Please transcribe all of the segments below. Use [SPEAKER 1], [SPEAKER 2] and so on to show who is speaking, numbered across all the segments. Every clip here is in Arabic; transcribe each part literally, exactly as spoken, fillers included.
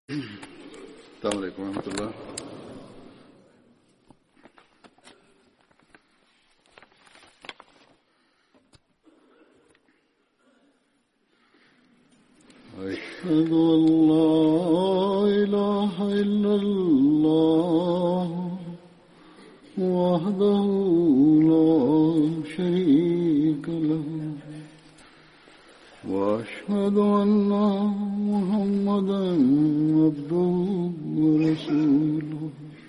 [SPEAKER 1] السلام عليكم ورحمة الله. أشهد أن لا إله إلا الله وحده لا شريك له وأشهد أن محمدا عبده ورسوله.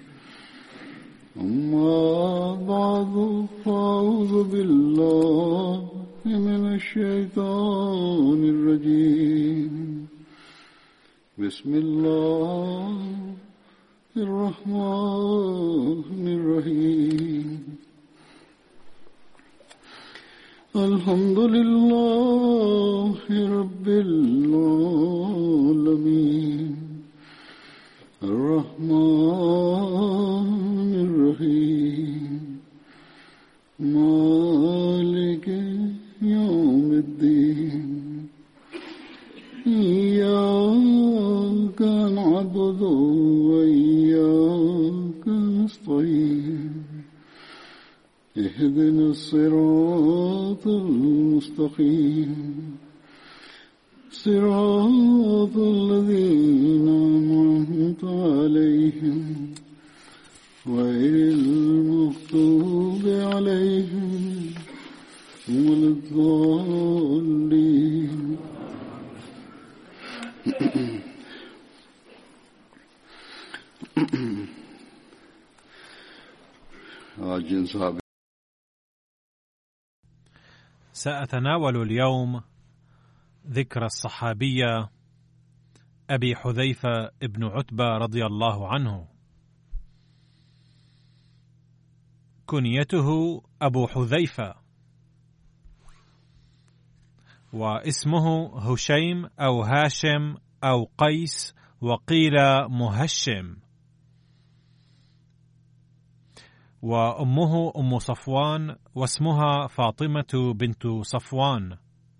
[SPEAKER 1] أما بعد فأعوذ بالله من الشيطان الرجيم. بسم الله الرحمن الرحيم. الحمد لله رب العالمين الرحمن الرحيم مالك يوم الدين. إياك نعبد وإياك نستعين. اهدنا الصراط المستقيم صراط الذين أنعمت عليهم غير المغضوب عليهم ولا الضالين.
[SPEAKER 2] سأتناول اليوم ذكر الصحابية أبي حذيفة ابن عتبة رضي الله عنه. كنيته أبو حذيفة، واسمه هشيم أو هاشم أو قيس، وقيل مهشم. وأمه أم صفوان، واسمها فاطمة بنت صفوان.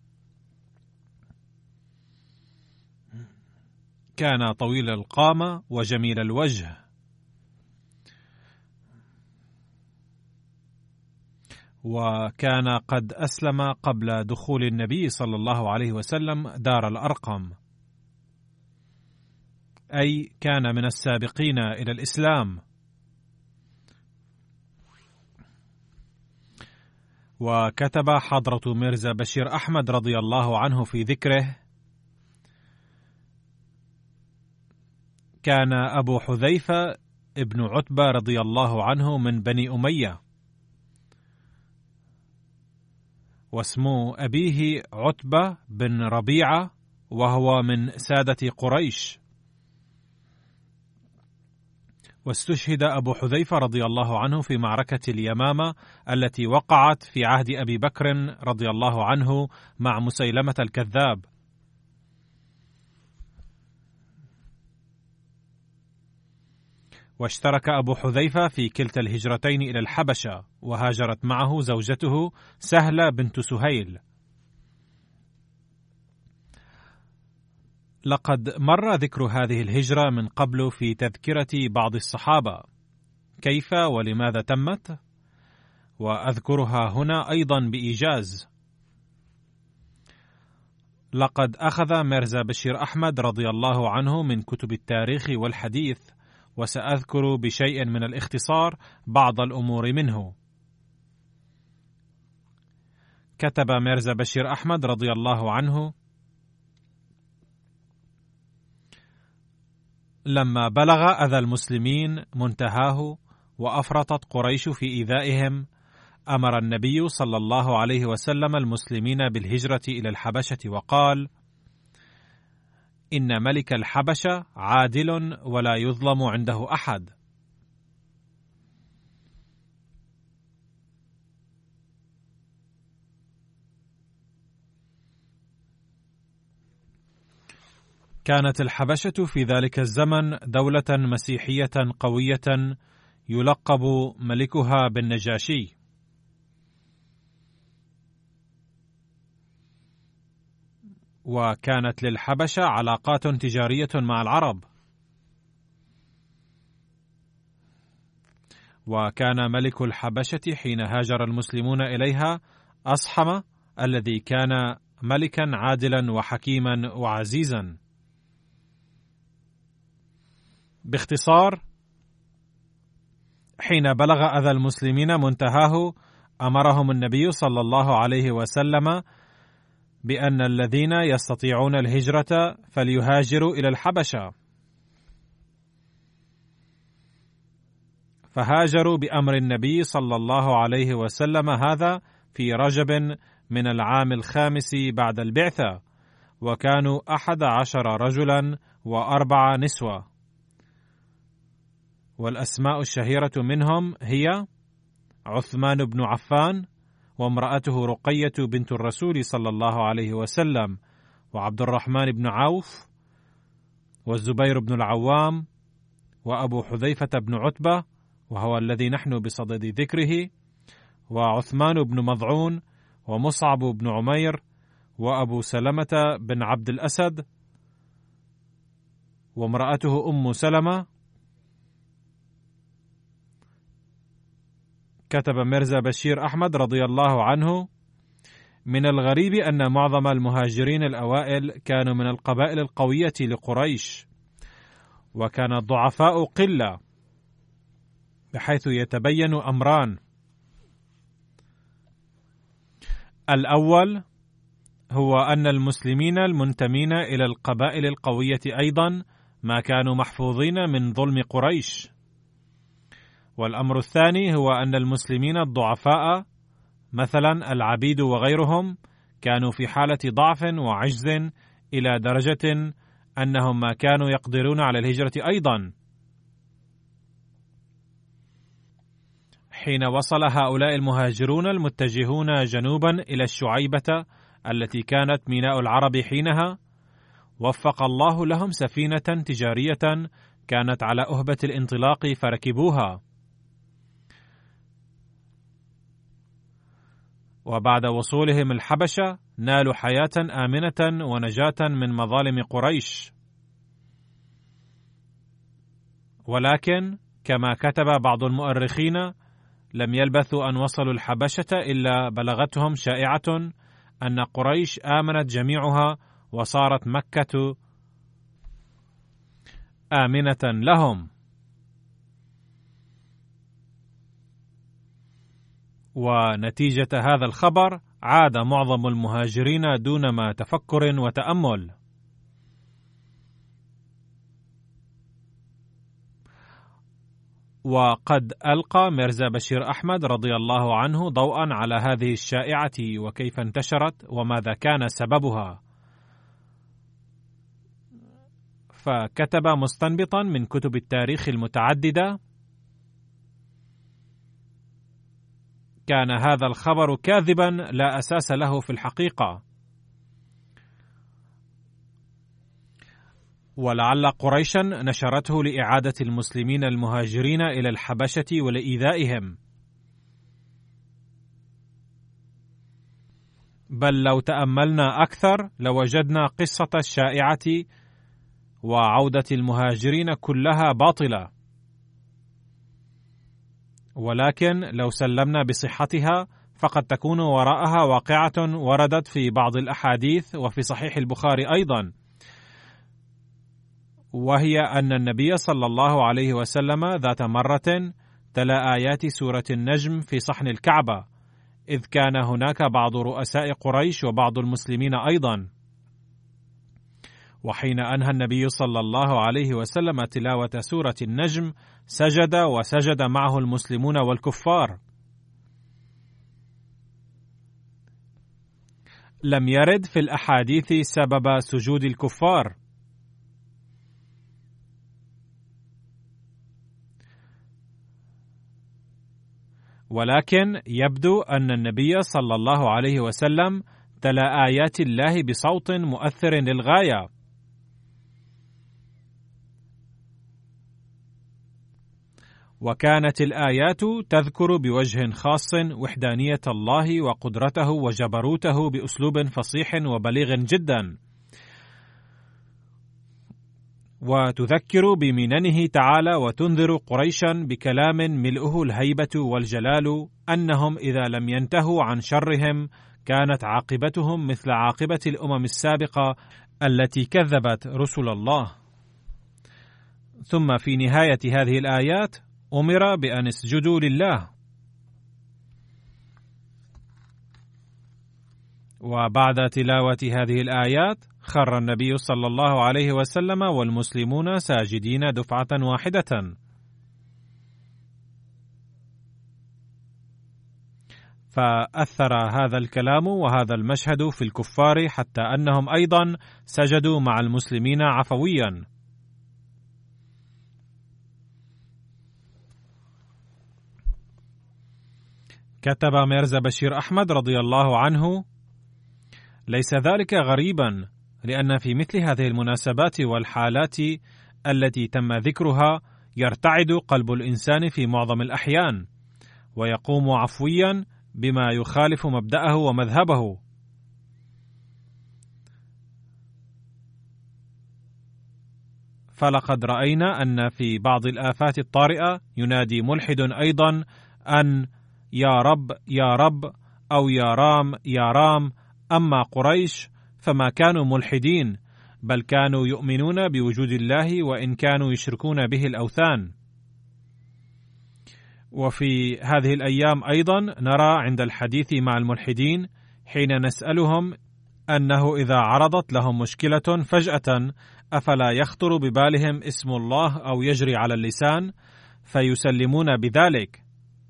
[SPEAKER 2] كان طويل القامة وجميل الوجه، وكان قد أسلم قبل دخول النبي صلى الله عليه وسلم دار الأرقم، أي كان من السابقين إلى الإسلام. وكتب حضرة ميرزا بشير أحمد رضي الله عنه في ذكره: كان أبو حذيفة ابن عتبة رضي الله عنه من بني أمية، واسم أبيه عتبة بن ربيعة، وهو من سادة قريش. واستشهد أبو حذيفة رضي الله عنه في معركة اليمامة التي وقعت في عهد أبي بكر رضي الله عنه مع مسيلمة الكذاب. واشترك أبو حذيفة في كلتا الهجرتين إلى الحبشة، وهاجرت معه زوجته سهلة بنت سهيل. لقد مر ذكر هذه الهجرة من قبل في تذكرة بعض الصحابة كيف ولماذا تمت، وأذكرها هنا أيضا بإيجاز. لقد أخذ ميرزا بشير أحمد رضي الله عنه من كتب التاريخ والحديث، وسأذكر بشيء من الاختصار بعض الأمور منه. كتب ميرزا بشير أحمد رضي الله عنه: لما بلغ أذى المسلمين منتهاه وأفرطت قريش في إيذائهم، أمر النبي صلى الله عليه وسلم المسلمين بالهجرة إلى الحبشة، وقال: إن ملك الحبشة عادل ولا يظلم عنده أحد. كانت الحبشة في ذلك الزمن دولة مسيحية قوية يلقب ملكها بالنجاشي، وكانت للحبشة علاقات تجارية مع العرب، وكان ملك الحبشة حين هاجر المسلمون إليها أصحم الذي كان ملكا عادلا وحكيما وعزيزا. باختصار، حين بلغ أذى المسلمين منتهاه أمرهم النبي صلى الله عليه وسلم بأن الذين يستطيعون الهجرة فليهاجروا إلى الحبشة، فهاجروا بأمر النبي صلى الله عليه وسلم هذا في رجب من العام الخامس بعد البعثة، وكانوا أحد عشر رجلا وأربع نسوة، والأسماء الشهيرة منهم هي عثمان بن عفان، وامرأته رقية بنت الرسول صلى الله عليه وسلم، وعبد الرحمن بن عوف، والزبير بن العوام، وأبو حذيفة بن عتبة وهو الذي نحن بصدد ذكره، وعثمان بن مضعون، ومصعب بن عمير، وأبو سلمة بن عبد الأسد، وامرأته أم سلمة. كتب ميرزا بشير أحمد رضي الله عنه: من الغريب أن معظم المهاجرين الأوائل كانوا من القبائل القوية لقريش، وكان الضعفاء قلة، بحيث يتبين أمران: الأول هو أن المسلمين المنتمين إلى القبائل القوية أيضا ما كانوا محفوظين من ظلم قريش، والأمر الثاني هو أن المسلمين الضعفاء مثلا العبيد وغيرهم كانوا في حالة ضعف وعجز إلى درجة أنهم ما كانوا يقدرون على الهجرة أيضا. حين وصل هؤلاء المهاجرون المتجهون جنوبا إلى الشعيبة التي كانت ميناء العرب حينها، وفق الله لهم سفينة تجارية كانت على أهبة الانطلاق فركبوها، وبعد وصولهم الحبشة نالوا حياة آمنة ونجاة من مظالم قريش. ولكن كما كتب بعض المؤرخين لم يلبثوا أن وصلوا الحبشة إلا بلغتهم شائعة أن قريش آمنت جميعها وصارت مكة آمنة لهم، ونتيجة هذا الخبر عاد معظم المهاجرين دون ما تفكر وتأمل. وقد ألقى ميرزا بشير أحمد رضي الله عنه ضوءا على هذه الشائعة وكيف انتشرت وماذا كان سببها، فكتب مستنبطا من كتب التاريخ المتعددة: كان هذا الخبر كاذبا لا أساس له في الحقيقة، ولعل قريشا نشرته لإعادة المسلمين المهاجرين إلى الحبشة ولإيذائهم، بل لو تأملنا أكثر لوجدنا قصة الشائعة وعودة المهاجرين كلها باطلة، ولكن لو سلمنا بصحتها فقد تكون وراءها واقعة وردت في بعض الأحاديث وفي صحيح البخاري أيضا، وهي أن النبي صلى الله عليه وسلم ذات مرة تلا آيات سورة النجم في صحن الكعبة، إذ كان هناك بعض رؤساء قريش وبعض المسلمين أيضا، وحين أنهى النبي صلى الله عليه وسلم تلاوة سورة النجم سجد وسجد معه المسلمون والكفار. لم يرد في الأحاديث سبب سجود الكفار، ولكن يبدو أن النبي صلى الله عليه وسلم تلا آيات الله بصوت مؤثر للغاية، وكانت الآيات تذكر بوجه خاص وحدانية الله وقدرته وجبروته بأسلوب فصيح وبليغ جدا، وتذكر بمننه تعالى وتنذر قريشا بكلام ملؤه الهيبة والجلال أنهم إذا لم ينتهوا عن شرهم كانت عاقبتهم مثل عاقبة الأمم السابقة التي كذبت رسل الله. ثم في نهاية هذه الآيات أمر بأن اسجدوا لله. وبعد تلاوة هذه الآيات خر النبي صلى الله عليه وسلم والمسلمون ساجدين دفعة واحدة. فأثر هذا الكلام وهذا المشهد في الكفار حتى أنهم أيضا سجدوا مع المسلمين عفويا. كتب ميرزا بشير أحمد رضي الله عنه: ليس ذلك غريبا، لأن في مثل هذه المناسبات والحالات التي تم ذكرها يرتعد قلب الإنسان في معظم الأحيان ويقوم عفويا بما يخالف مبدأه ومذهبه. فلقد رأينا أن في بعض الآفات الطارئة ينادي ملحد أيضا أن يا رب يا رب أو يا رام يا رام. أما قريش فما كانوا ملحدين، بل كانوا يؤمنون بوجود الله وإن كانوا يشركون به الأوثان. وفي هذه الأيام أيضا نرى عند الحديث مع الملحدين حين نسألهم أنه إذا عرضت لهم مشكلة فجأة أفلا يخطر ببالهم اسم الله أو يجري على اللسان فيسلمون بذلك.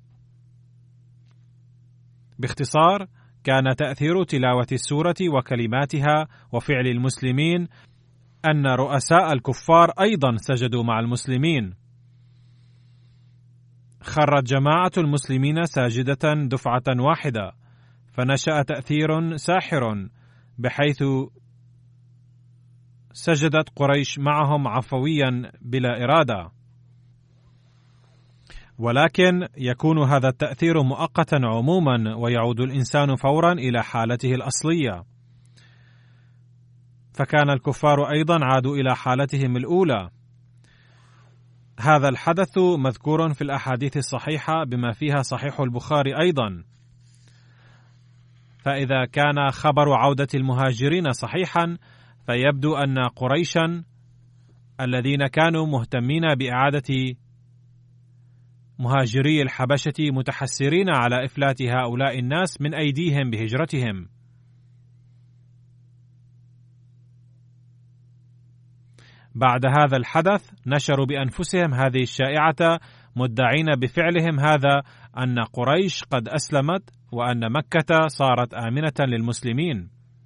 [SPEAKER 2] باختصار، كان تأثير تلاوة السورة وكلماتها وفعل المسلمين أن رؤساء الكفار أيضا سجدوا مع المسلمين. خرت جماعة المسلمين ساجدة دفعة واحدة، فنشأ تأثير ساحر بحيث سجدت قريش معهم عفويا بلا إرادة. ولكن يكون هذا التأثير مؤقتا عموما ويعود الإنسان فورا إلى حالته الأصلية. فكان الكفار أيضا عادوا إلى حالتهم الأولى. هذا الحدث مذكور في الأحاديث الصحيحة بما فيها صحيح البخاري أيضا. فإذا كان خبر عودة المهاجرين صحيحا فيبدو أن قريشا الذين كانوا مهتمين بإعادة مهاجري الحبشة متحسرين على إفلات هؤلاء الناس من أيديهم بهجرتهم. بعد هذا الحدث نشروا بأنفسهم هذه الشائعة مدعين بفعلهم هذا أن قريش قد أسلمت وأن مكة صارت آمنة للمسلمين.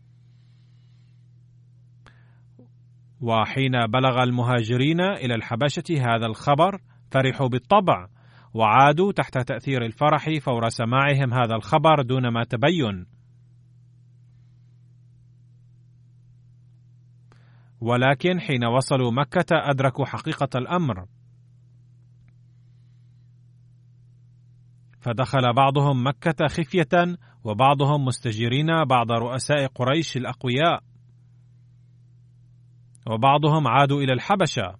[SPEAKER 2] وحين بلغ المهاجرين إلى الحبشة هذا الخبر فرحوا بالطبع وعادوا تحت تأثير الفرح فور سماعهم هذا الخبر دون ما تبين. ولكن حين وصلوا مكة أدركوا حقيقة الأمر، فدخل بعضهم مكة خفية وبعضهم مستجيرين بعض رؤساء قريش الأقوياء، وبعضهم عادوا إلى الحبشة.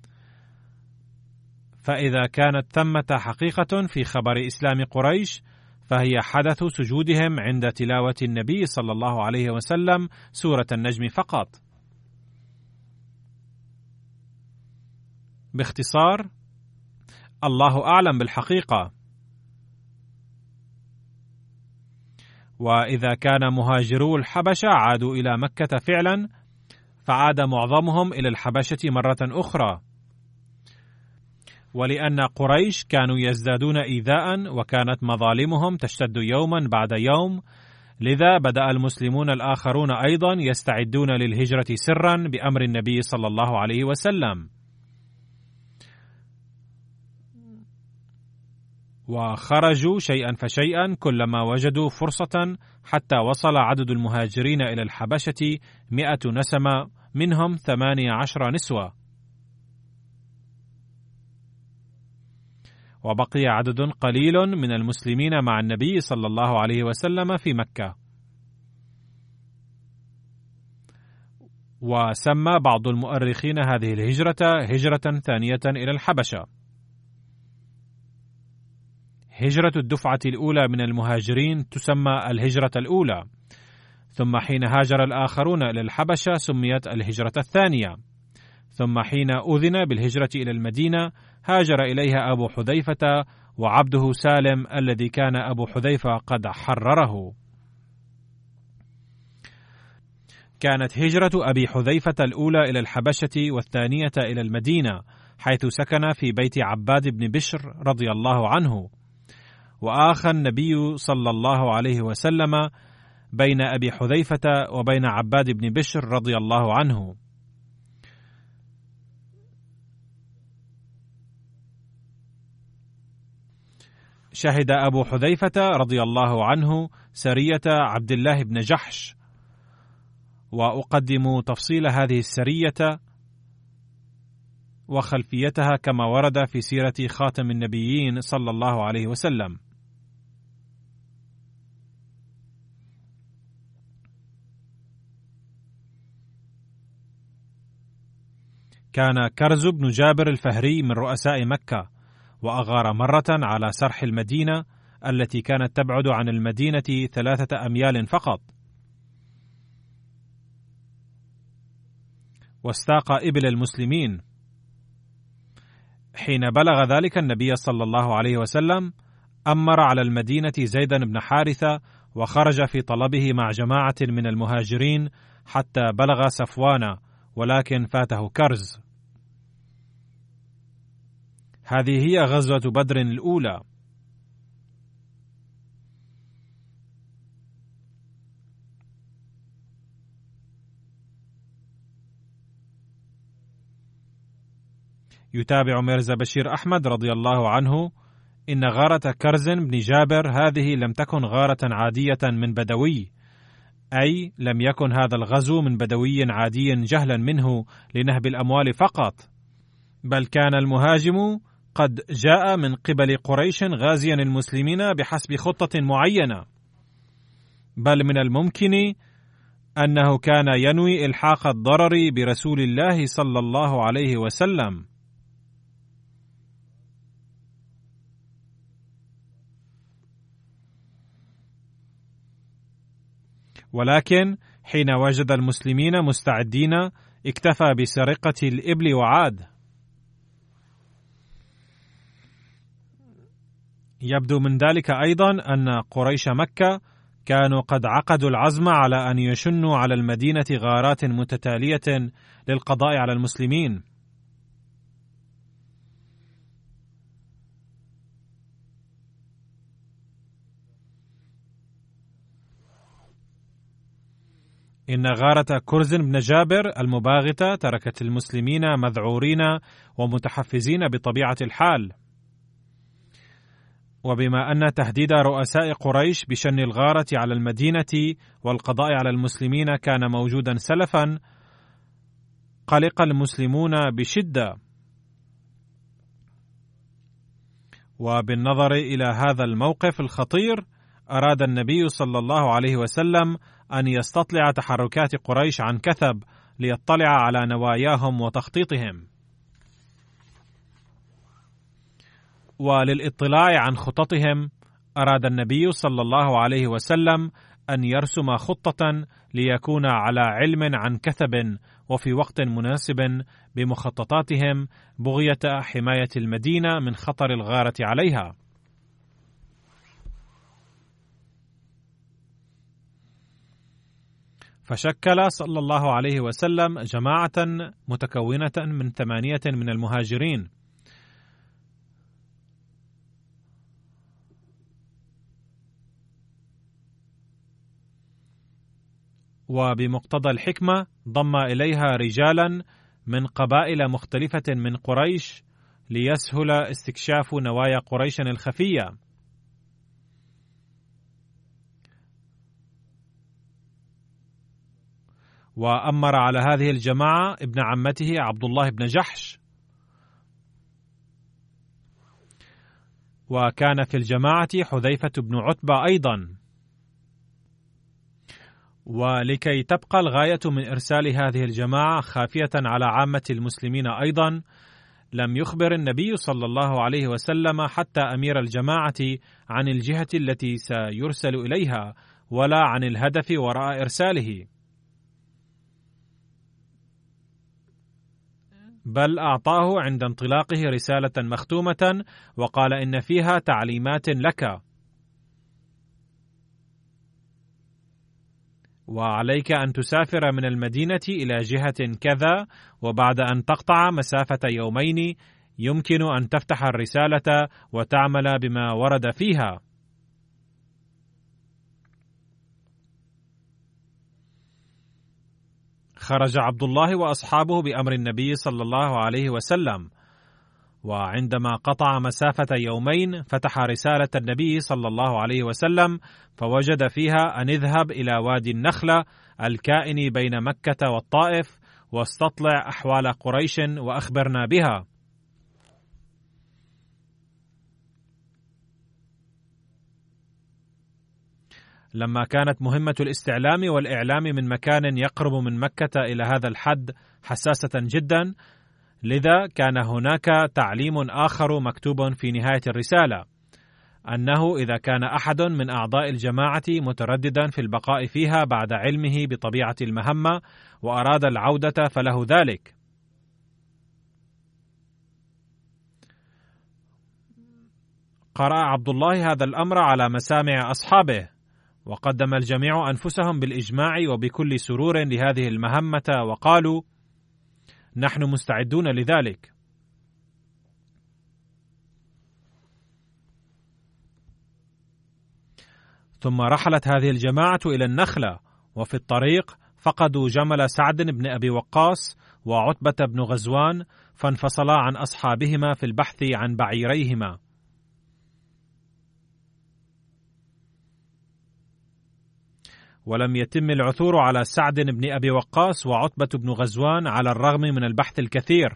[SPEAKER 2] فإذا كانت ثمة حقيقة في خبر إسلام قريش فهي حدث سجودهم عند تلاوة النبي صلى الله عليه وسلم سورة النجم فقط. باختصار، الله أعلم بالحقيقة. وإذا كان مهاجرو الحبشة عادوا إلى مكة فعلا فعاد معظمهم إلى الحبشة مرة أخرى، ولأن قريش كانوا يزدادون إيذاء وكانت مظالمهم تشتد يوما بعد يوم، لذا بدأ المسلمون الآخرون أيضا يستعدون للهجرة سرا بأمر النبي صلى الله عليه وسلم. وخرجوا شيئا فشيئا كلما وجدوا فرصة حتى وصل عدد المهاجرين إلى الحبشة مئة نسمة، منهم ثمانية عشر نسوة، وبقي عدد قليل من المسلمين مع النبي صلى الله عليه وسلم في مكة. وسمى بعض المؤرخين هذه الهجرة هجرة ثانية إلى الحبشة. هجرة الدفعة الأولى من المهاجرين تسمى الهجرة الأولى، ثم حين هاجر الآخرون إلى الحبشة سميت الهجرة الثانية، ثم حين أذن بالهجرة إلى المدينة هاجر إليها أبو حذيفة وعبده سالم الذي كان أبو حذيفة قد حرره. كانت هجرة أبي حذيفة الأولى إلى الحبشة والثانية إلى المدينة، حيث سكن في بيت عباد بن بشر رضي الله عنه، وآخى النبي صلى الله عليه وسلم بين أبي حذيفة وبين عباد بن بشر رضي الله عنه. شهد أبو حذيفة رضي الله عنه سرية عبد الله بن جحش، وأقدم تفصيل هذه السرية وخلفيتها كما ورد في سيرة خاتم النبيين صلى الله عليه وسلم. كان كرز بن جابر الفهري من رؤساء مكة، وأغار مرة على سرح المدينة التي كانت تبعد عن المدينة ثلاثة أميال فقط، واستاق إبل المسلمين. حين بلغ ذلك النبي صلى الله عليه وسلم أمر على المدينة زيدا بن حارثة، وخرج في طلبه مع جماعة من المهاجرين حتى بلغ صفوان، ولكن فاته كرز. هذه هي غزوة بدر الأولى. يتابع ميرزا بشير أحمد رضي الله عنه: إن غارة كرز بن جابر هذه لم تكن غارة عادية من بدوي، أي لم يكن هذا الغزو من بدوي عادي جهلا منه لنهب الأموال فقط، بل كان المهاجم قد جاء من قبل قريش غازيا المسلمين بحسب خطة معينة، بل من الممكن أنه كان ينوي إلحاق الضرر برسول الله صلى الله عليه وسلم. ولكن حين وجد المسلمين مستعدين اكتفى بسرقة الإبل وعاد. يبدو من ذلك أيضا أن قريش مكة كانوا قد عقدوا العزم على أن يشنوا على المدينة غارات متتالية للقضاء على المسلمين. إن غارة كرز بن جابر المباغتة تركت المسلمين مذعورين ومتحفزين بطبيعة الحال، وبما أن تهديد رؤساء قريش بشن الغارة على المدينة والقضاء على المسلمين كان موجودا سلفا، قلق المسلمون بشدة. وبالنظر إلى هذا الموقف الخطير أراد النبي صلى الله عليه وسلم أن يستطلع تحركات قريش عن كثب ليطلع على نواياهم وتخطيطهم. وللاطلاع عن خططهم أراد النبي صلى الله عليه وسلم أن يرسم خطة ليكون على علم عن كثب وفي وقت مناسب بمخططاتهم بغية حماية المدينة من خطر الغارة عليها. فشكل صلى الله عليه وسلم جماعة متكونة من ثمانية من المهاجرين، وبمقتضى الحكمة ضم إليها رجالا من قبائل مختلفة من قريش ليسهل استكشاف نوايا قريش الخفية. وأمر على هذه الجماعة ابن عمته عبد الله بن جحش، وكان في الجماعة حذيفة بن عتبة أيضا. ولكي تبقى الغاية من إرسال هذه الجماعة خافية على عامة المسلمين أيضا، لم يخبر النبي صلى الله عليه وسلم حتى أمير الجماعة عن الجهة التي سيرسل إليها ولا عن الهدف وراء إرساله، بل أعطاه عند انطلاقه رسالة مختومة وقال إن فيها تعليمات لك، وعليك أن تسافر من المدينة إلى جهة كذا، وبعد أن تقطع مسافة يومين يمكن أن تفتح الرسالة وتعمل بما ورد فيها. خرج عبد الله وأصحابه بأمر النبي صلى الله عليه وسلم، وعندما قطع مسافة يومين فتح رسالة النبي صلى الله عليه وسلم فوجد فيها أن اذهب إلى وادي النخلة الكائن بين مكة والطائف واستطلع أحوال قريش وأخبرنا بها. لما كانت مهمة الاستعلام والإعلام من مكان يقرب من مكة إلى هذا الحد حساسة جدا، لذا كان هناك تعليم آخر مكتوب في نهاية الرسالة، أنه إذا كان أحد من أعضاء الجماعة مترددا في البقاء فيها بعد علمه بطبيعة المهمة وأراد العودة فله ذلك. قرأ عبد الله هذا الأمر على مسامع أصحابه، وقدم الجميع أنفسهم بالإجماع وبكل سرور لهذه المهمة وقالوا: نحن مستعدون لذلك. ثم رحلت هذه الجماعة إلى النخلة، وفي الطريق فقدوا جمل سعد بن أبي وقاص وعتبة بن غزوان، فانفصلا عن أصحابهما في البحث عن بعيريهما. ولم يتم العثور على سعد بن أبي وقاص وعتبة بن غزوان على الرغم من البحث الكثير.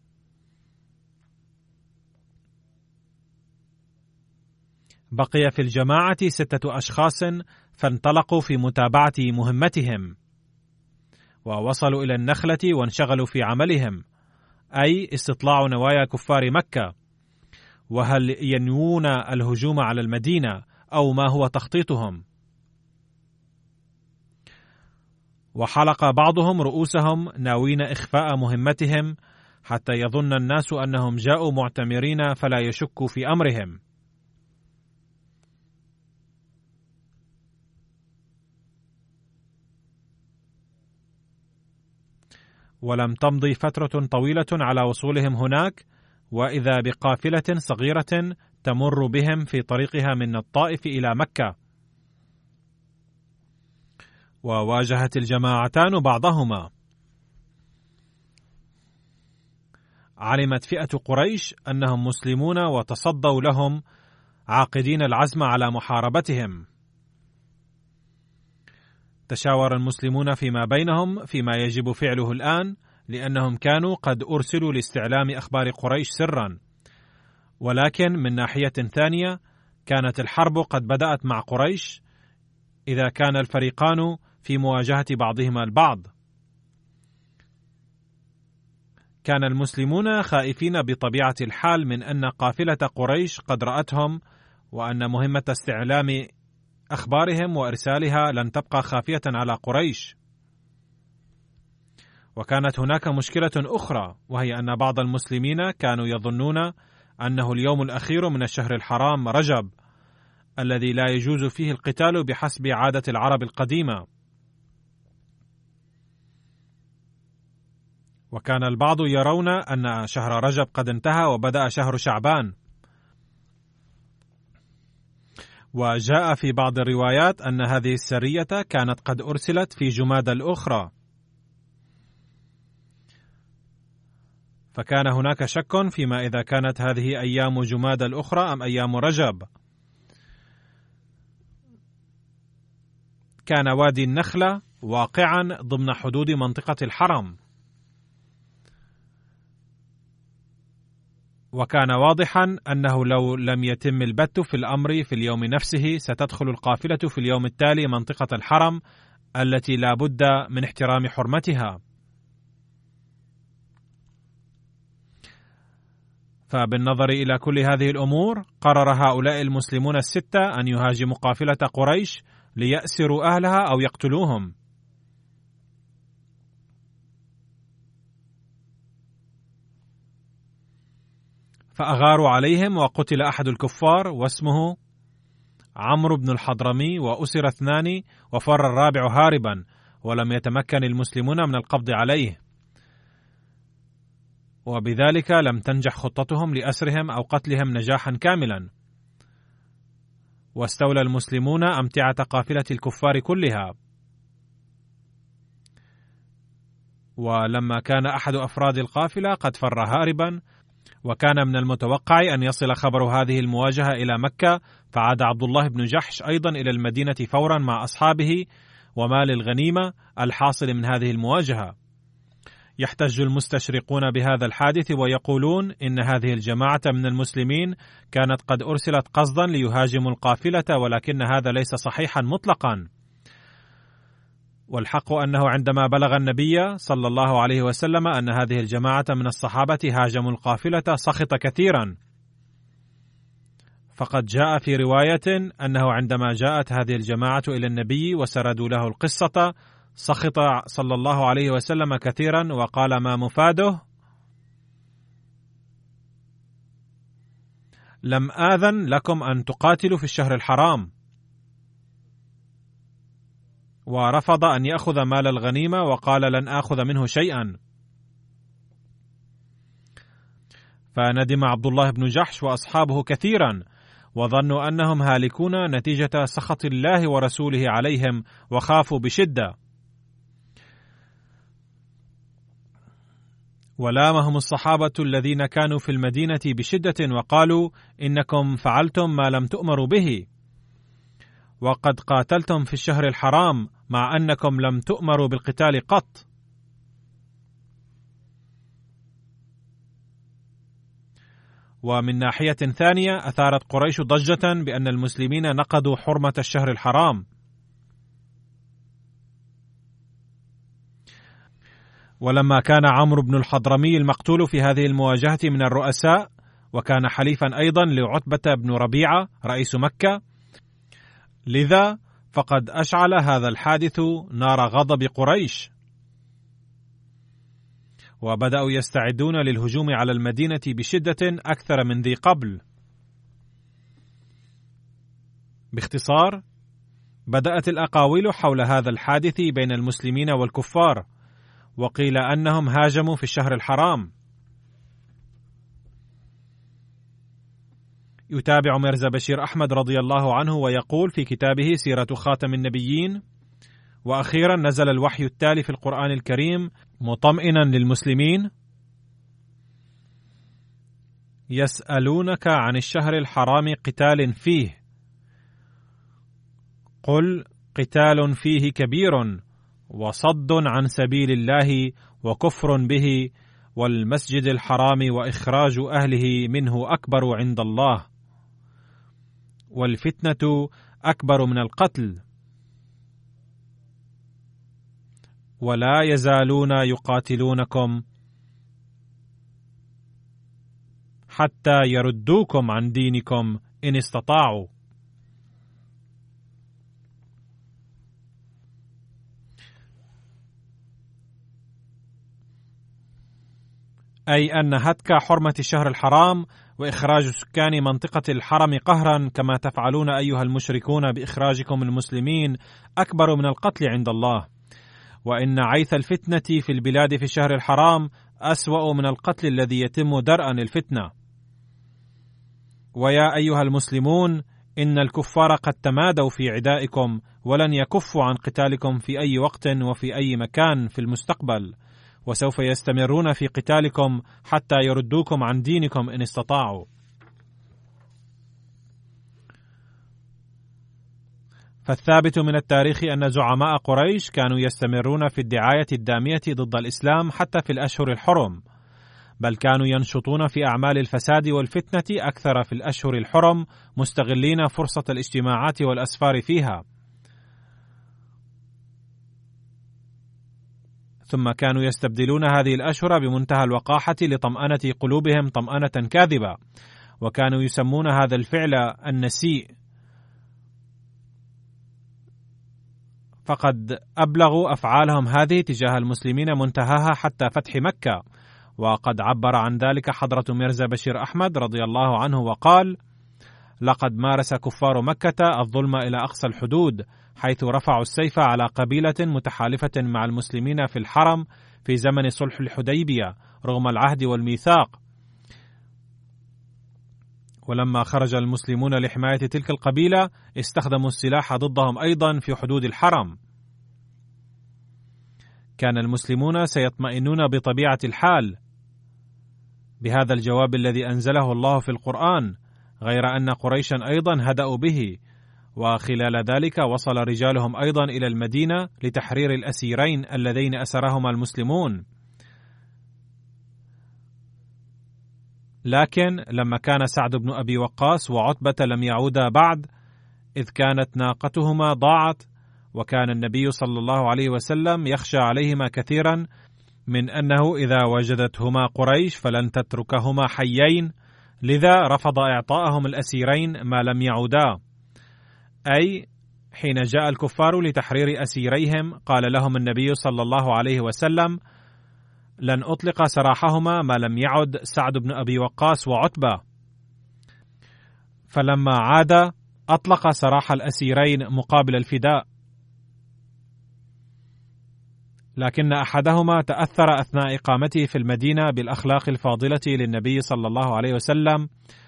[SPEAKER 2] بقي في الجماعة ستة أشخاص فانطلقوا في متابعة مهمتهم، ووصلوا إلى النخلة وانشغلوا في عملهم، أي استطلاع نوايا كفار مكة، وهل ينوون الهجوم على المدينة أو ما هو تخطيطهم. وحلق بعضهم رؤوسهم ناوين إخفاء مهمتهم حتى يظن الناس أنهم جاءوا معتمرين فلا يشكوا في أمرهم. ولم تمضي فترة طويلة على وصولهم هناك، وإذا بقافلة صغيرة تمر بهم في طريقها من الطائف إلى مكة. وواجهت الجماعتان بعضهما. علمت فئة قريش أنهم مسلمون وتصدوا لهم عاقدين العزم على محاربتهم. تشاور المسلمون فيما بينهم فيما يجب فعله الآن، لأنهم كانوا قد أرسلوا لاستعلام أخبار قريش سرا، ولكن من ناحية ثانية كانت الحرب قد بدأت مع قريش إذا كان الفريقان في مواجهة بعضهما البعض. كان المسلمون خائفين بطبيعة الحال من أن قافلة قريش قد رأتهم، وأن مهمة استعلام أخبارهم وإرسالها لن تبقى خافية على قريش. وكانت هناك مشكلة أخرى، وهي أن بعض المسلمين كانوا يظنون أنه اليوم الأخير من الشهر الحرام رجب، الذي لا يجوز فيه القتال بحسب عادة العرب القديمة. وكان البعض يرون أن شهر رجب قد انتهى وبدأ شهر شعبان. وجاء في بعض الروايات أن هذه السرية كانت قد أرسلت في جمادى الأخرى، فكان هناك شك فيما إذا كانت هذه أيام جمادى الأخرى أم أيام رجب. كان وادي النخلة واقعا ضمن حدود منطقة الحرم، وكان واضحا أنه لو لم يتم البت في الأمر في اليوم نفسه ستدخل القافلة في اليوم التالي منطقة الحرم، التي لا بد من احترام حرمتها. فبالنظر إلى كل هذه الأمور قرر هؤلاء المسلمون الستة أن يهاجموا قافلة قريش ليأسروا أهلها أو يقتلوهم. فأغاروا عليهم وقتل أحد الكفار واسمه عمرو بن الحضرمي، وأسر اثنان وفر الرابع هاربا، ولم يتمكن المسلمون من القبض عليه، وبذلك لم تنجح خطتهم لأسرهم أو قتلهم نجاحا كاملا. واستولى المسلمون أمتعة قافلة الكفار كلها. ولما كان أحد أفراد القافلة قد فر هاربا، وكان من المتوقع أن يصل خبر هذه المواجهة إلى مكة، فعاد عبد الله بن جحش أيضا إلى المدينة فورا مع أصحابه ومال الغنيمة الحاصل من هذه المواجهة. يحتج المستشرقون بهذا الحادث ويقولون إن هذه الجماعة من المسلمين كانت قد أرسلت قصدا ليهاجموا القافلة، ولكن هذا ليس صحيحا مطلقا. والحق أنه عندما بلغ النبي صلى الله عليه وسلم أن هذه الجماعة من الصحابة هاجموا القافلة سخط كثيرا، فقد جاء في رواية أنه عندما جاءت هذه الجماعة إلى النبي وسردوا له القصة سخط صلى الله عليه وسلم كثيرا وقال: ما مفاده؟ لم آذن لكم أن تقاتلوا في الشهر الحرام. ورفض أن يأخذ مال الغنيمة وقال: لن آخذ منه شيئا. فندم عبد الله بن جحش وأصحابه كثيرا، وظنوا أنهم هالكون نتيجة سخط الله ورسوله عليهم، وخافوا بشدة. ولامهم الصحابة الذين كانوا في المدينة بشدة وقالوا: إنكم فعلتم ما لم تؤمروا به، وقد قاتلتم في الشهر الحرام مع أنكم لم تؤمروا بالقتال قط. ومن ناحية ثانية أثارت قريش ضجة بأن المسلمين نقضوا حرمة الشهر الحرام. ولما كان عمرو بن الحضرمي المقتول في هذه المواجهة من الرؤساء، وكان حليفا أيضا لعتبة بن ربيعة رئيس مكة، لذا فقد أشعل هذا الحادث نار غضب قريش، وبدأوا يستعدون للهجوم على المدينة بشدة أكثر من ذي قبل. باختصار، بدأت الأقاويل حول هذا الحادث بين المسلمين والكفار، وقيل أنهم هاجموا في الشهر الحرام. يتابع ميرزا بشير أحمد رضي الله عنه ويقول في كتابه سيرة خاتم النبيين: وأخيرا نزل الوحي التالي في القرآن الكريم مطمئنا للمسلمين: يسألونك عن الشهر الحرام قتال فيه، قل قتال فيه كبير وصد عن سبيل الله وكفر به والمسجد الحرام وإخراج أهله منه أكبر عند الله، والفتنة أكبر من القتل، ولا يزالون يقاتلونكم حتى يردوكم عن دينكم إن استطاعوا. أي أن هتك حرمة الشهر الحرام وإخراج سكان منطقة الحرم قهرا كما تفعلون أيها المشركون بإخراجكم المسلمين أكبر من القتل عند الله، وإن عيث الفتنة في البلاد في الشهر الحرام أسوأ من القتل الذي يتم درءا الفتنة. ويا أيها المسلمون، إن الكفار قد تمادوا في عدائكم ولن يكفوا عن قتالكم في أي وقت وفي أي مكان في المستقبل، وسوف يستمرون في قتالكم حتى يردوكم عن دينكم إن استطاعوا. فالثابت من التاريخ أن زعماء قريش كانوا يستمرون في الدعاية الدامية ضد الإسلام حتى في الأشهر الحرم، بل كانوا ينشطون في أعمال الفساد والفتنة أكثر في الأشهر الحرم، مستغلين فرصة الاجتماعات والأسفار فيها. ثم كانوا يستبدلون هذه الأشهر بمنتهى الوقاحة لطمأنة قلوبهم طمأنة كاذبة، وكانوا يسمون هذا الفعل النسيء، فقد أبلغوا أفعالهم هذه تجاه المسلمين منتهاها حتى فتح مكة. وقد عبر عن ذلك حضرة ميرزا بشير أحمد رضي الله عنه وقال: لقد مارس كفار مكة الظلم إلى أقصى الحدود، حيث رفعوا السيف على قبيلة متحالفة مع المسلمين في الحرم في زمن صلح الحديبية رغم العهد والميثاق. ولما خرج المسلمون لحماية تلك القبيلة استخدموا السلاح ضدهم أيضا في حدود الحرم. كان المسلمون سيطمئنون بطبيعة الحال بهذا الجواب الذي أنزله الله في القرآن، غير أن قريشا أيضا هدأوا به، وخلال ذلك وصل رجالهم أيضا إلى المدينة لتحرير الأسيرين اللذين أسرهما المسلمون. لكن لما كان سعد بن أبي وقاص وعتبة لم يعودا بعد، إذ كانت ناقتهما ضاعت، وكان النبي صلى الله عليه وسلم يخشى عليهما كثيرا من أنه إذا وجدتهما قريش فلن تتركهما حيين، لذا رفض إعطاءهم الأسيرين ما لم يعودا. أي حين جاء الكفار لتحرير أسيريهم قال لهم النبي صلى الله عليه وسلم: لن أطلق سراحهما ما لم يعد سعد بن أبي وقاص وعتبة. فلما عاد أطلق سراح الأسيرين مقابل الفداء، لكن أحدهما تأثر أثناء إقامته في المدينة بالأخلاق الفاضلة للنبي صلى الله عليه وسلم،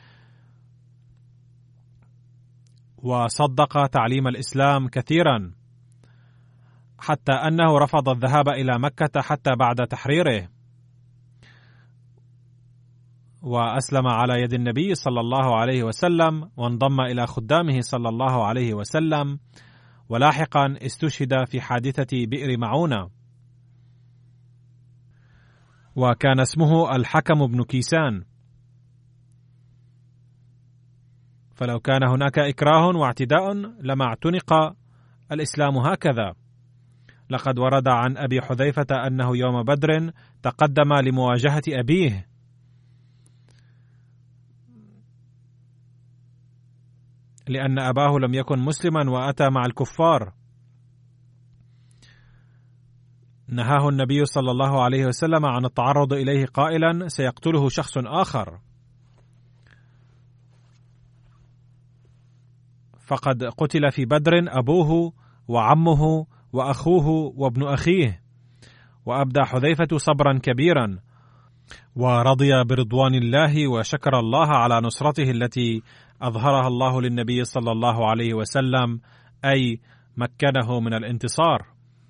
[SPEAKER 2] وصدق تعليم الإسلام كثيرا، حتى أنه رفض الذهاب إلى مكة حتى بعد تحريره، وأسلم على يد النبي صلى الله عليه وسلم، وانضم إلى خدامه صلى الله عليه وسلم، ولاحقا استشهد في حادثة بئر معونة. وكان اسمه الحكم بن كيسان. فلو كان هناك إكراه واعتداء لما اعتنق الإسلام هكذا. لقد ورد عن أبي حذيفة أنه يوم بدر تقدم لمواجهة أبيه، لأن أباه لم يكن مسلما وأتى مع الكفار. نهاه النبي صلى الله عليه وسلم عن التعرض إليه قائلا: سيقتله شخص آخر. فقد قتل في بدر أبوه وعمه وأخوه وابن أخيه، وأبدى حذيفة صبرا كبيرا، ورضي برضوان الله وشكر الله على نصرته التي أظهرها الله للنبي صلى الله عليه وسلم، أي مكنه من الانتصار.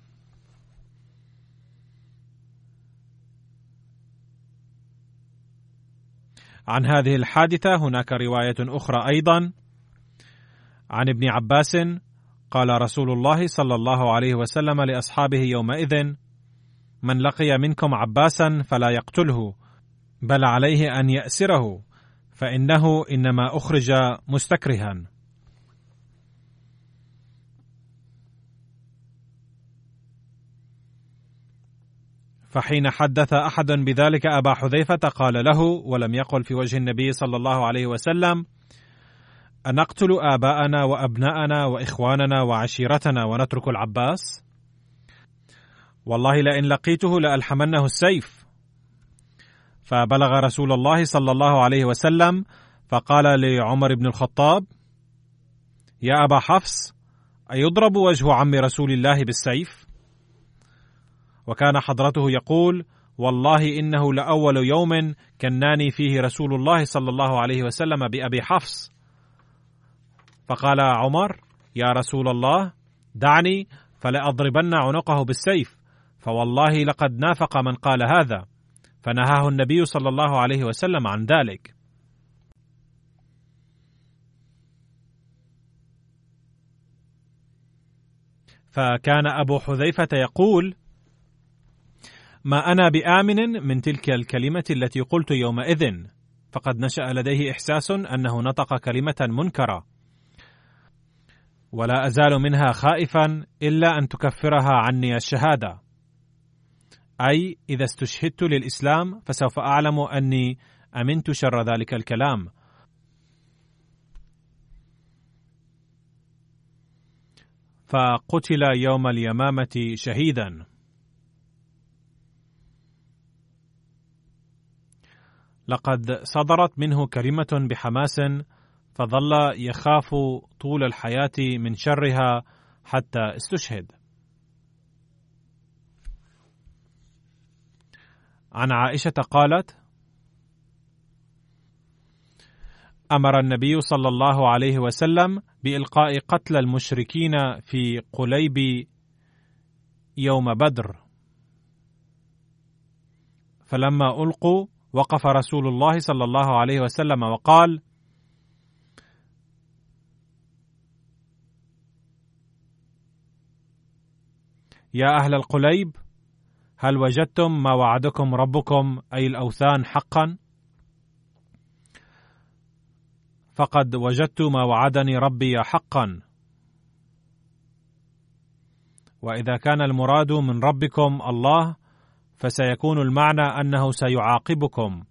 [SPEAKER 2] عن هذه الحادثة هناك رواية أخرى أيضا عن ابن عباس قال رسول الله صلى الله عليه وسلم لأصحابه يومئذ: من لقي منكم عباسا فلا يقتله، بل عليه أن يأسره، فإنه إنما أخرج مستكرها. فحين حدث أحد بذلك أبا حذيفة قال له ولم يقل في وجه النبي صلى الله عليه وسلم: أنقتل آباءنا وأبناءنا وإخواننا وعشيرتنا ونترك العباس؟ والله لئن لقيته لألحمنه السيف. فبلغ رسول الله صلى الله عليه وسلم فقال لعمر بن الخطاب: يا أبا حفص، أيضرب وجه عم رسول الله بالسيف؟ وكان حضرته يقول: والله إنه لأول يوم كناني فيه رسول الله صلى الله عليه وسلم بأبي حفص. فقال عمر: يا رسول الله، دعني فلأضربن عنقه بالسيف، فوالله لقد نافق من قال هذا. فنهاه النبي صلى الله عليه وسلم عن ذلك. فكان أبو حذيفة يقول: ما أنا بآمن من تلك الكلمة التي قلت يومئذ، فقد نشأ لديه إحساس أنه نطق كلمة منكرة، ولا أزال منها خائفا إلا أن تكفرها عني الشهادة. أي إذا استشهدت للإسلام فسوف أعلم أني أمنت شر ذلك الكلام. فقتل يوم اليمامة شهيدا. لقد صدرت منه كلمة بحماس فظل يخاف طول الحياة من شرها حتى استشهد. عن عائشة قالت: أمر النبي صلى الله عليه وسلم بإلقاء قتل المشركين في قليب يوم بدر، فلما ألقوا وقف رسول الله صلى الله عليه وسلم وقال: يا أهل القليب، هل وجدتم ما وعدكم ربكم أي الأوثان حقا؟ فقد وجدت ما وعدني ربي حقا، وإذا كان المراد من ربكم الله فسيكون المعنى أنه سيعاقبكم.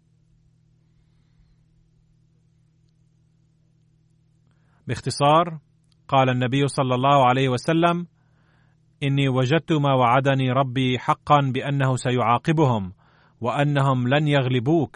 [SPEAKER 2] باختصار، قال النبي صلى الله عليه وسلم: إني وجدت ما وعدني ربي حقا بأنه سيعاقبهم وأنهم لن يغلبوك.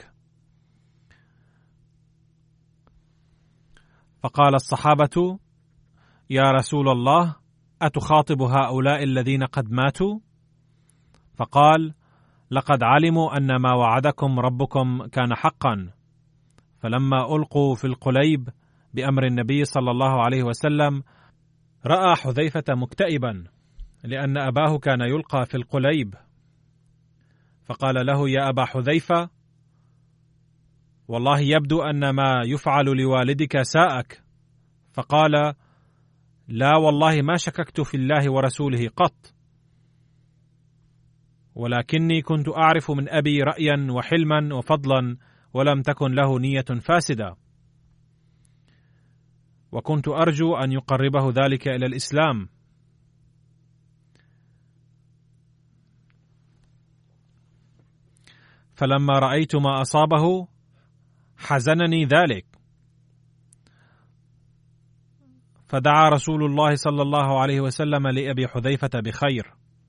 [SPEAKER 2] فقال الصحابة: يا رسول الله، أتخاطب هؤلاء الذين قد ماتوا؟ فقال: لقد علموا أن ما وعدكم ربكم كان حقا. فلما ألقوا في القليب بأمر النبي صلى الله عليه وسلم رأى حذيفة مكتئبا لأن أباه كان يلقى في القليب، فقال له: يا أبا حذيفة، والله يبدو أن ما يفعل لوالدك ساءك. فقال: لا والله ما شككت في الله ورسوله قط، ولكني كنت أعرف من أبي رأيا وحلما وفضلا ولم تكن له نية فاسدة، وكنت أرجو أن يقربه ذلك إلى الإسلام. فلما رأيت ما أصابه حزنني ذلك، فدعا رسول الله صلى الله عليه وسلم لأبي حذيفة بخير.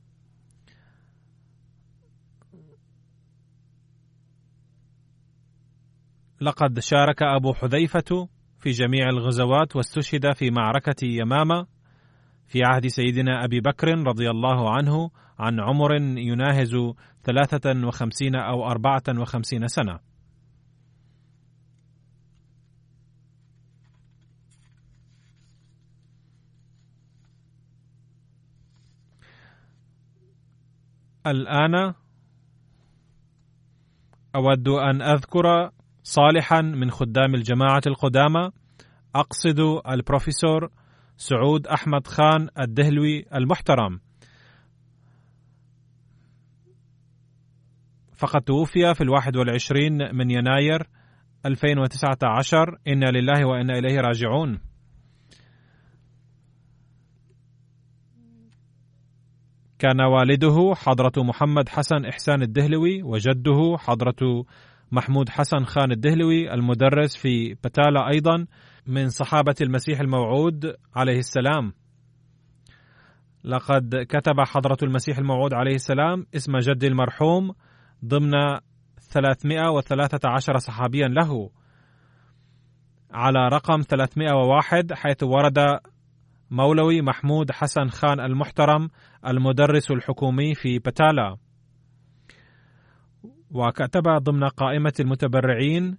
[SPEAKER 2] لقد شارك أبو حذيفة في جميع الغزوات واستشهد في معركة يمامة في عهد سيدنا أبي بكر رضي الله عنه عن عمر يناهز ثلاثة وخمسين أو أربعة وخمسين سنة. الآن أود أن أذكر صالحا من خدام الجماعة القدامى، أقصد البروفيسور سعود أحمد خان الدهلوي المحترم، فقد توفي في الواحد والعشرين من يناير ألفين وتسعة عشر. إنا لله وإنا إليه راجعون. كان والده حضرة محمد حسن إحسان الدهلوي، وجده حضرة محمود حسن خان الدهلوي المدرس في بتالة، أيضا من صحابة المسيح الموعود عليه السلام. لقد كتب حضرة المسيح الموعود عليه السلام اسم جد المرحوم ضمن ثلاثمائة وثلاثة عشر صحابيا له على رقم ثلاثمائة وواحد، حيث ورد مولوي محمود حسن خان المحترم المدرس الحكومي في بتالة، وكتب ضمن قائمة المتبرعين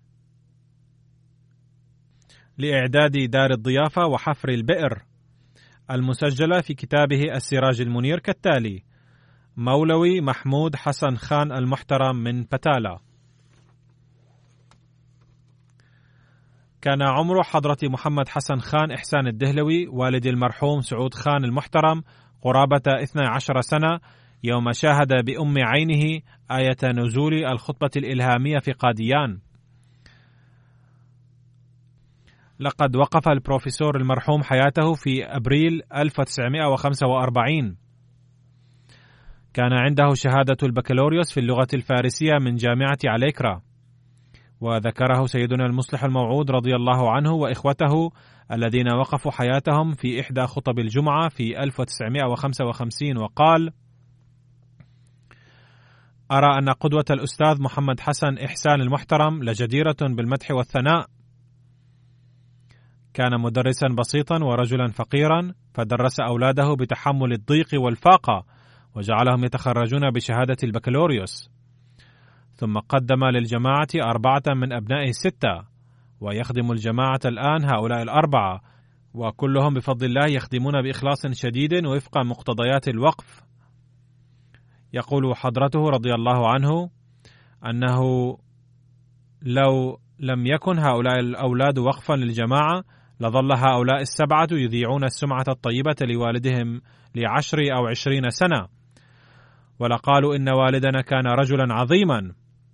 [SPEAKER 2] لإعداد دار الضيافة وحفر البئر المسجلة في كتابه السراج المنير كالتالي: مولوي محمود حسن خان المحترم من بتالة. كان عمر حضرة محمد حسن خان إحسان الدهلوي والد المرحوم سعود خان المحترم قرابة اثنتي عشرة سنة يوم شاهد بأم عينه آية نزول الخطبة الإلهامية في قاديان. لقد وقف البروفيسور المرحوم حياته في أبريل ألف وتسعمائة وخمسة وأربعين. كان عنده شهادة البكالوريوس في اللغة الفارسية من جامعة عليكرا، وذكره سيدنا المصلح الموعود رضي الله عنه وإخوته الذين وقفوا حياتهم في إحدى خطب الجمعة في ألف وتسعمائة وخمسة وخمسين وقال: أرى أن قدوة الأستاذ محمد حسن إحسان المحترم لجديرة بالمدح والثناء. كان مدرسا بسيطا ورجلا فقيرا، فدرس أولاده بتحمل الضيق والفاقة وجعلهم يتخرجون بشهادة البكالوريوس، ثم قدم للجماعة أربعة من أبنائه الستة، ويخدم الجماعة الآن هؤلاء الأربعة، وكلهم بفضل الله يخدمون بإخلاص شديد وفق مقتضيات الوقف. يقول حضرته رضي الله عنه أنه لو لم يكن هؤلاء الأولاد وقفا للجماعة لظل هؤلاء السبعة يذيعون السمعة الطيبة لوالدهم لعشر أو عشرين سنة، ولقالوا إن والدنا كان رجلا عظيما.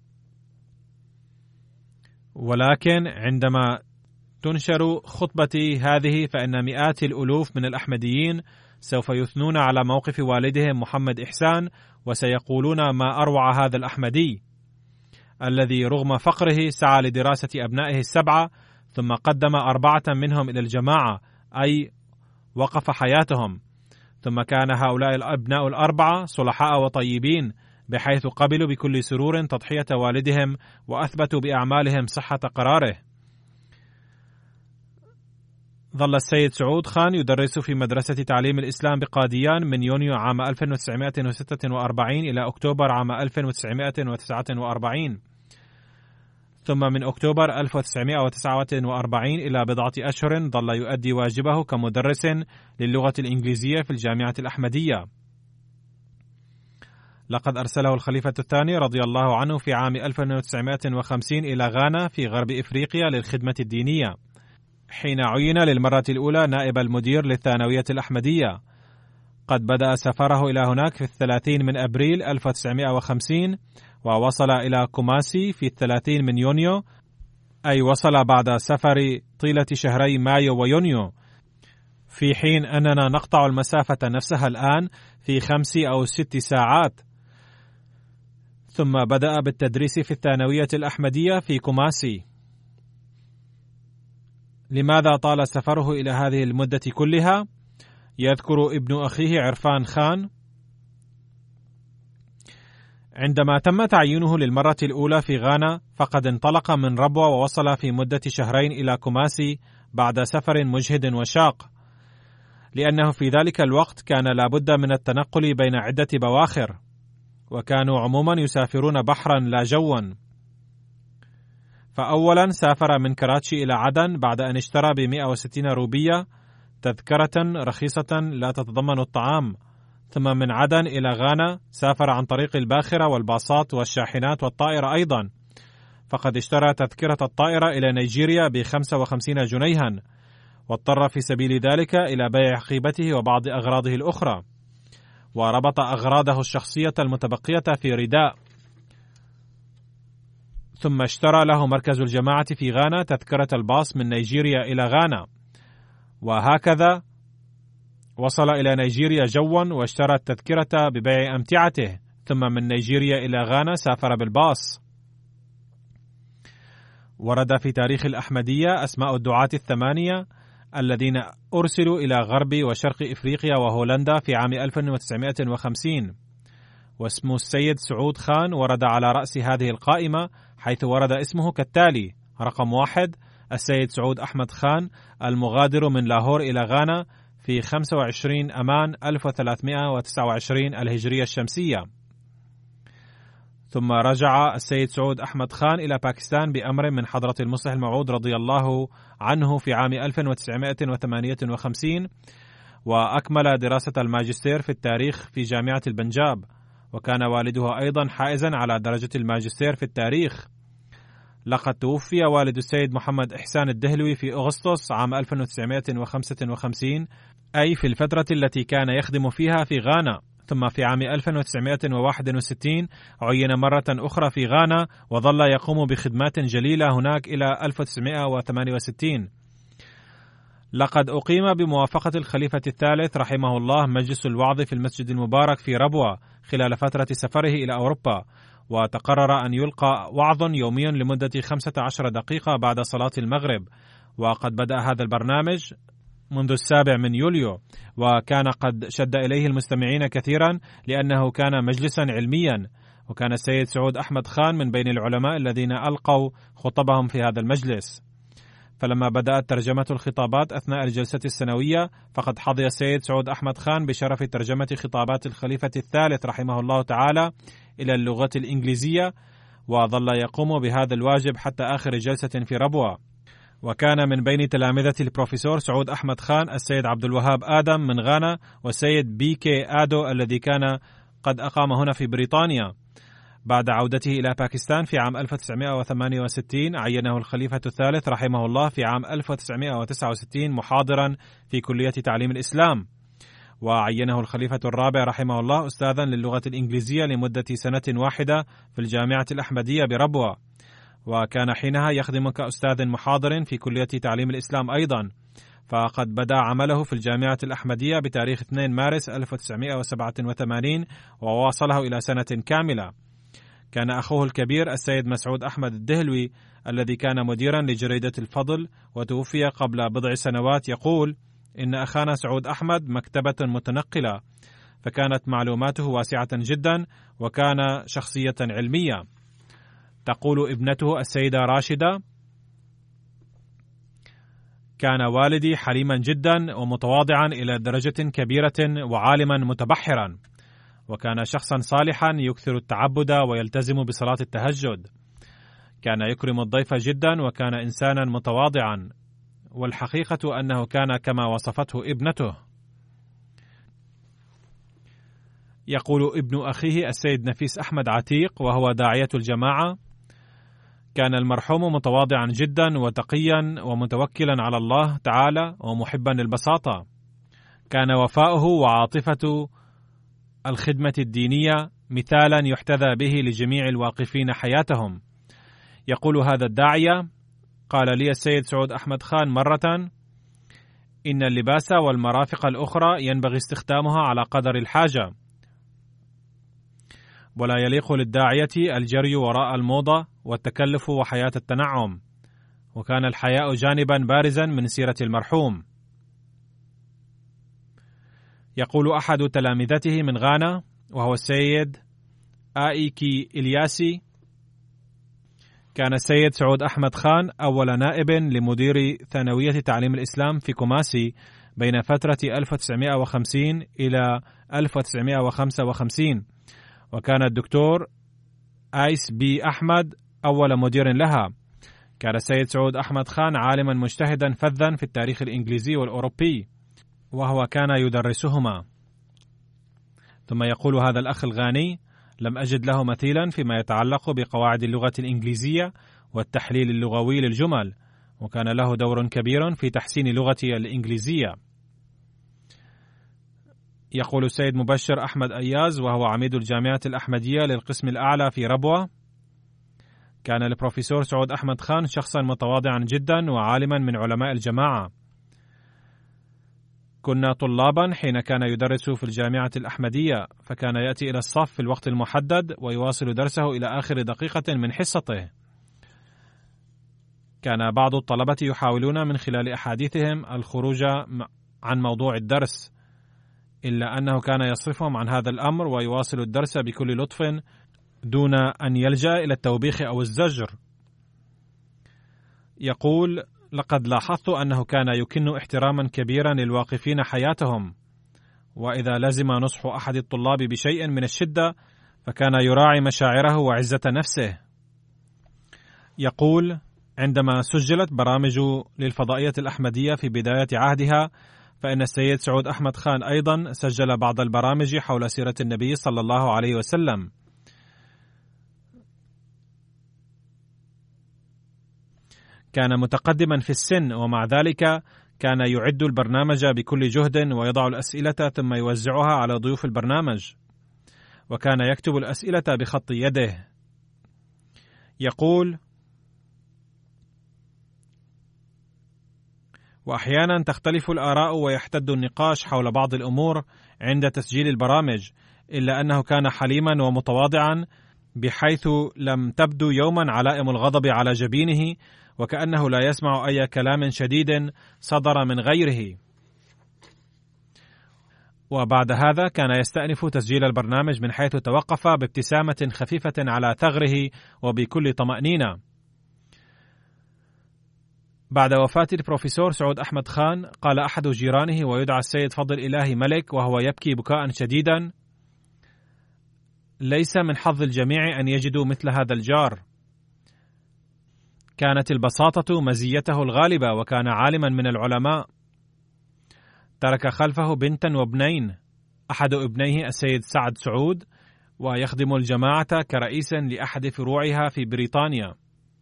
[SPEAKER 2] ولكن عندما تنشر خطبتي هذه فإن مئات الألوف من الأحمديين سوف يثنون على موقف والدهم محمد إحسان، وسيقولون ما أروع هذا الأحمدي الذي رغم فقره سعى لدراسة أبنائه السبعة، ثم قدم أربعة منهم إلى الجماعة، أي وقف حياتهم، ثم كان هؤلاء الأبناء الأربعة صلحاء وطيبين، بحيث قبلوا بكل سرور تضحية والدهم وأثبتوا بأعمالهم صحة قراره. ظل السيد سعود خان يدرس في مدرسة تعليم الإسلام بقاديان من يونيو عام ألف وتسعمائة وستة وأربعين إلى أكتوبر عام ألف وتسعمائة وتسعة وأربعين، ثم من أكتوبر ألف وتسعمائة وتسعة وأربعين إلى بضعة أشهر ظل يؤدي واجبه كمدرس للغة الإنجليزية في الجامعة الأحمدية. لقد أرسله الخليفة الثاني رضي الله عنه في عام ألف وتسعمائة وخمسين إلى غانا في غرب إفريقيا للخدمة الدينية، حين عين للمرة الأولى نائب المدير للثانوية الأحمدية. قد بدأ سفره إلى هناك في الثلاثين من أبريل ألف وتسعمائة وخمسين، ووصل إلى كوماسي في الثلاثين من يونيو، أي وصل بعد سفر طيلة شهري مايو ويونيو، في حين أننا نقطع المسافة نفسها الآن في خمس أو ست ساعات. ثم بدأ بالتدريس في الثانوية الأحمدية في كوماسي. لماذا طال سفره إلى هذه المدة كلها؟ يذكر ابن أخيه عرفان خان: عندما تم تعيينه للمرة الأولى في غانا فقد انطلق من ربوة ووصل في مدة شهرين إلى كوماسي بعد سفر مجهد وشاق، لأنه في ذلك الوقت كان لابد من التنقل بين عدة بواخر، وكانوا عموما يسافرون بحرا لا جوا. فأولا سافر من كراتشي إلى عدن بعد أن اشترى بمئة وستين روبية تذكرة رخيصة لا تتضمن الطعام، ثم من عدن إلى غانا سافر عن طريق الباخرة والباصات والشاحنات والطائرة أيضا، فقد اشترى تذكرة الطائرة إلى نيجيريا بخمسة وخمسين جنيها، واضطر في سبيل ذلك إلى بيع حقيبته وبعض أغراضه الأخرى، وربط أغراضه الشخصية المتبقية في رداء. ثم اشترى له مركز الجماعة في غانا تذكرة الباص من نيجيريا إلى غانا، وهكذا وصل إلى نيجيريا جوا واشترى التذكرة ببيع أمتعته، ثم من نيجيريا إلى غانا سافر بالباص. ورد في تاريخ الأحمدية أسماء الدعاة الثمانية الذين أرسلوا إلى غرب وشرق إفريقيا وهولندا في عام ألف وتسعمائة وخمسين، واسم السيد سعود خان ورد على رأس هذه القائمة، حيث ورد اسمه كالتالي: رقم واحد السيد سعود أحمد خان المغادر من لاهور إلى غانا في خمسة وعشرين أمان ألف وثلاثمائة وتسعة وعشرين الهجرية الشمسية. ثم رجع السيد سعود أحمد خان إلى باكستان بأمر من حضرة المصلح الموعود رضي الله عنه في عام ألف وتسعمائة وثمانية وخمسين، وأكمل دراسة الماجستير في التاريخ في جامعة البنجاب، وكان والده أيضا حائزا على درجة الماجستير في التاريخ. لقد توفي والد السيد محمد إحسان الدهلوي في أغسطس عام ألف وتسعمائة وخمسة وخمسين، أي في الفترة التي كان يخدم فيها في غانا. ثم في عام ألف وتسعمائة وواحد وستين عين مرة أخرى في غانا، وظل يقوم بخدمات جليلة هناك إلى ألف وتسعمائة وثمانية وستين. لقد أقيم بموافقة الخليفة الثالث رحمه الله مجلس الوعظ في المسجد المبارك في ربوة خلال فترة سفره إلى أوروبا، وتقرر أن يلقى وعظ يوميا لمدة خمسة عشر دقيقة بعد صلاة المغرب. وقد بدأ هذا البرنامج منذ السابع من يوليو، وكان قد شد إليه المستمعين كثيرا لأنه كان مجلسا علميا، وكان السيد سعود أحمد خان من بين العلماء الذين ألقوا خطبهم في هذا المجلس. فلما بدأت ترجمة الخطابات أثناء الجلسة السنوية، فقد حظي السيد سعود أحمد خان بشرف ترجمة خطابات الخليفة الثالث رحمه الله تعالى إلى اللغة الإنجليزية، وظل يقوم بهذا الواجب حتى آخر جلسة في ربوة. وكان من بين تلامذة البروفيسور سعود أحمد خان السيد عبد الوهاب آدم من غانا، والسيد بي كي آدو الذي كان قد أقام هنا في بريطانيا. بعد عودته إلى باكستان في عام ألف وتسعمائة وثمانية وستين عينه الخليفة الثالث رحمه الله في عام ألف وتسعمائة وتسعة وستين محاضرا في كلية تعليم الإسلام، وعينه الخليفة الرابع رحمه الله أستاذا للغة الإنجليزية لمدة سنة واحدة في الجامعة الأحمدية بربوة، وكان حينها يخدم كأستاذ محاضر في كلية تعليم الإسلام أيضا. فقد بدأ عمله في الجامعة الأحمدية بتاريخ اثنين مارس ألف وتسعمائة وسبعة وثمانين وواصله إلى سنة كاملة. كان أخوه الكبير السيد مسعود أحمد الدهلوي الذي كان مديرا لجريدة الفضل وتوفي قبل بضع سنوات يقول إن أخانا سعود أحمد مكتبة متنقلة، فكانت معلوماته واسعة جدا وكان شخصية علمية. تقول ابنته السيدة راشدة: كان والدي حليما جدا ومتواضعا إلى درجة كبيرة وعالما متبحرا، وكان شخصا صالحا يكثر التعبد ويلتزم بصلاة التهجد. كان يكرم الضيف جدا وكان إنسانا متواضعا، والحقيقة أنه كان كما وصفته ابنته. يقول ابن أخيه السيد نفيس أحمد عتيق وهو داعية الجماعة: كان المرحوم متواضعا جدا وتقيا ومتوكلا على الله تعالى ومحبا للبساطة. كان وفاؤه وعاطفة الخدمة الدينية مثالا يحتذى به لجميع الواقفين حياتهم. يقول هذا الداعية: قال لي السيد سعود أحمد خان مرة: إن اللباس والمرافق الأخرى ينبغي استخدامها على قدر الحاجة، ولا يليق للداعية الجري وراء الموضة والتكلف وحياة التنعم. وكان الحياء جانبا بارزا من سيرة المرحوم. يقول أحد تلامذته من غانا وهو السيد آئيكي إلياسي: كان السيد سعود أحمد خان أول نائب لمدير ثانوية تعليم الإسلام في كوماسي بين فترة ألف وتسعمائة وخمسين إلى ألف وتسعمائة وخمسة وخمسين، وكان الدكتور آيس بي أحمد أول مدير لها. كان السيد سعود أحمد خان عالما مجتهدا فذا في التاريخ الإنجليزي والأوروبي، وهو كان يدرسهما. ثم يقول هذا الأخ الغاني: لم أجد له مثيلا فيما يتعلق بقواعد اللغة الإنجليزية والتحليل اللغوي للجمل، وكان له دور كبير في تحسين لغتي الإنجليزية. يقول السيد مبشر أحمد أياز وهو عميد الجامعة الأحمدية للقسم الأعلى في ربوة: كان البروفيسور سعود أحمد خان شخصا متواضعا جدا وعالما من علماء الجماعة. كنا طلابا حين كان يدرس في الجامعة الأحمدية، فكان يأتي إلى الصف في الوقت المحدد ويواصل درسه إلى آخر دقيقة من حصته. كان بعض الطلبة يحاولون من خلال أحاديثهم الخروج عن موضوع الدرس، إلا أنه كان يصرفهم عن هذا الأمر ويواصل الدرس بكل لطف دون أن يلجأ إلى التوبيخ أو الزجر. يقول: لقد لاحظت أنه كان يكن احتراما كبيرا للواقفين حياتهم، وإذا لزم نصح أحد الطلاب بشيء من الشدة فكان يراعي مشاعره وعزة نفسه. يقول: عندما سجلت برامج للفضائية الأحمدية في بداية عهدها، فإن السيد سعود أحمد خان أيضا سجل بعض البرامج حول سيرة النبي صلى الله عليه وسلم. كان متقدما في السن، ومع ذلك كان يعد البرنامج بكل جهد ويضع الأسئلة ثم يوزعها على ضيوف البرنامج، وكان يكتب الأسئلة بخط يده. يقول: وأحيانا تختلف الآراء ويحتد النقاش حول بعض الأمور عند تسجيل البرامج، إلا أنه كان حليما ومتواضعا بحيث لم تبدو يوما علائم الغضب على جبينه، وكأنه لا يسمع أي كلام شديد صدر من غيره. وبعد هذا كان يستأنف تسجيل البرنامج من حيث توقف بابتسامة خفيفة على ثغره وبكل طمأنينة. بعد وفاة البروفيسور سعود أحمد خان، قال أحد جيرانه ويدعى السيد فضل إلهي ملك وهو يبكي بكاء شديدا: ليس من حظ الجميع أن يجدوا مثل هذا الجار. كانت البساطة مزيته الغالبة، وكان عالما من العلماء. ترك خلفه بنتا وابنين، أحد ابنيه السيد سعد سعود ويخدم الجماعة كرئيس لأحد فروعها في بريطانيا.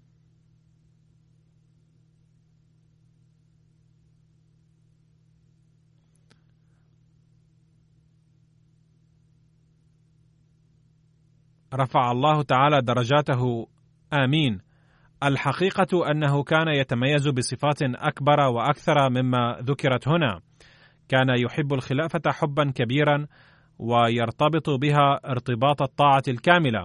[SPEAKER 2] رفع الله تعالى درجاته، آمين. الحقيقة أنه كان يتميز بصفات أكبر وأكثر مما ذكرت هنا. كان يحب الخلافة حبا كبيرا ويرتبط بها ارتباط الطاعة الكاملة.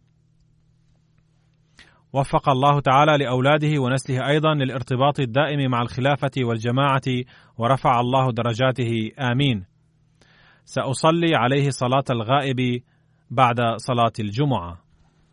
[SPEAKER 2] وفق الله تعالى لأولاده ونسله أيضا للارتباط الدائم مع الخلافة والجماعة، ورفع الله درجاته، آمين. سأصلي عليه صلاة الغائب بعد صلاة الجمعة.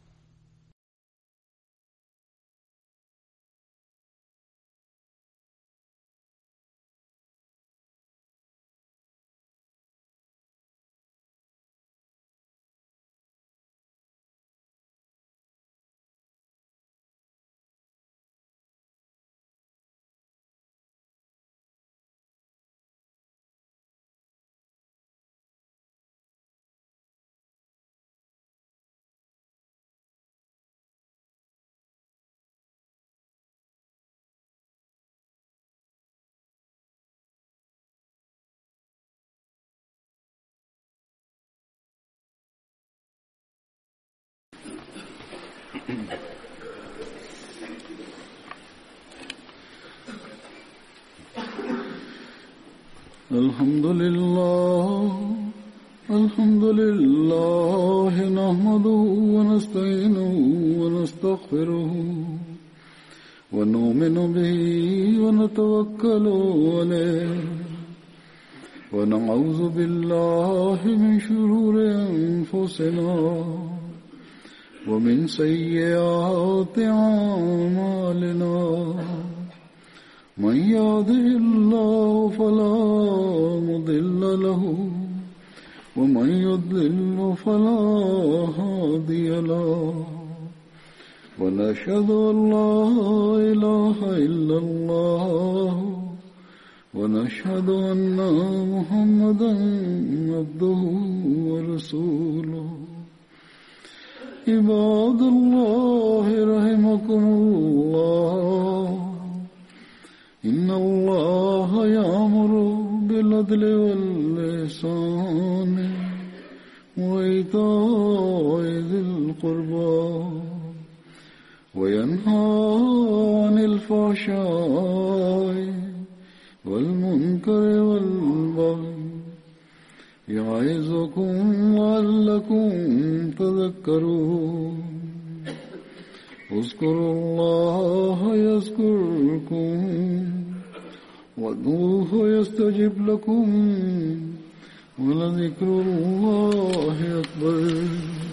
[SPEAKER 1] الحمد لله الحمد لله نحمده ونستعينه ونستغفره ونؤمن به ونتوكل عليه ونعوذ بالله من شرور أنفسنا ومن سيئات أعمالنا. من يهده الله فلا مضل له ومن يضلل فلا هادي له ونشهد أن لا إله إلا الله ونشهد أن محمدا عبده ورسوله. عباد الله رحمكم الله، إن الله يأمر بالعدل والإحسان وإيتاء ذي القربى وينهى عن الفحشاء والمنكر والبغي يعظكم لعلكم تذكرون. اذكروا الله يذكركم وادعوه يستجب لكم ولذكر الله أكبر.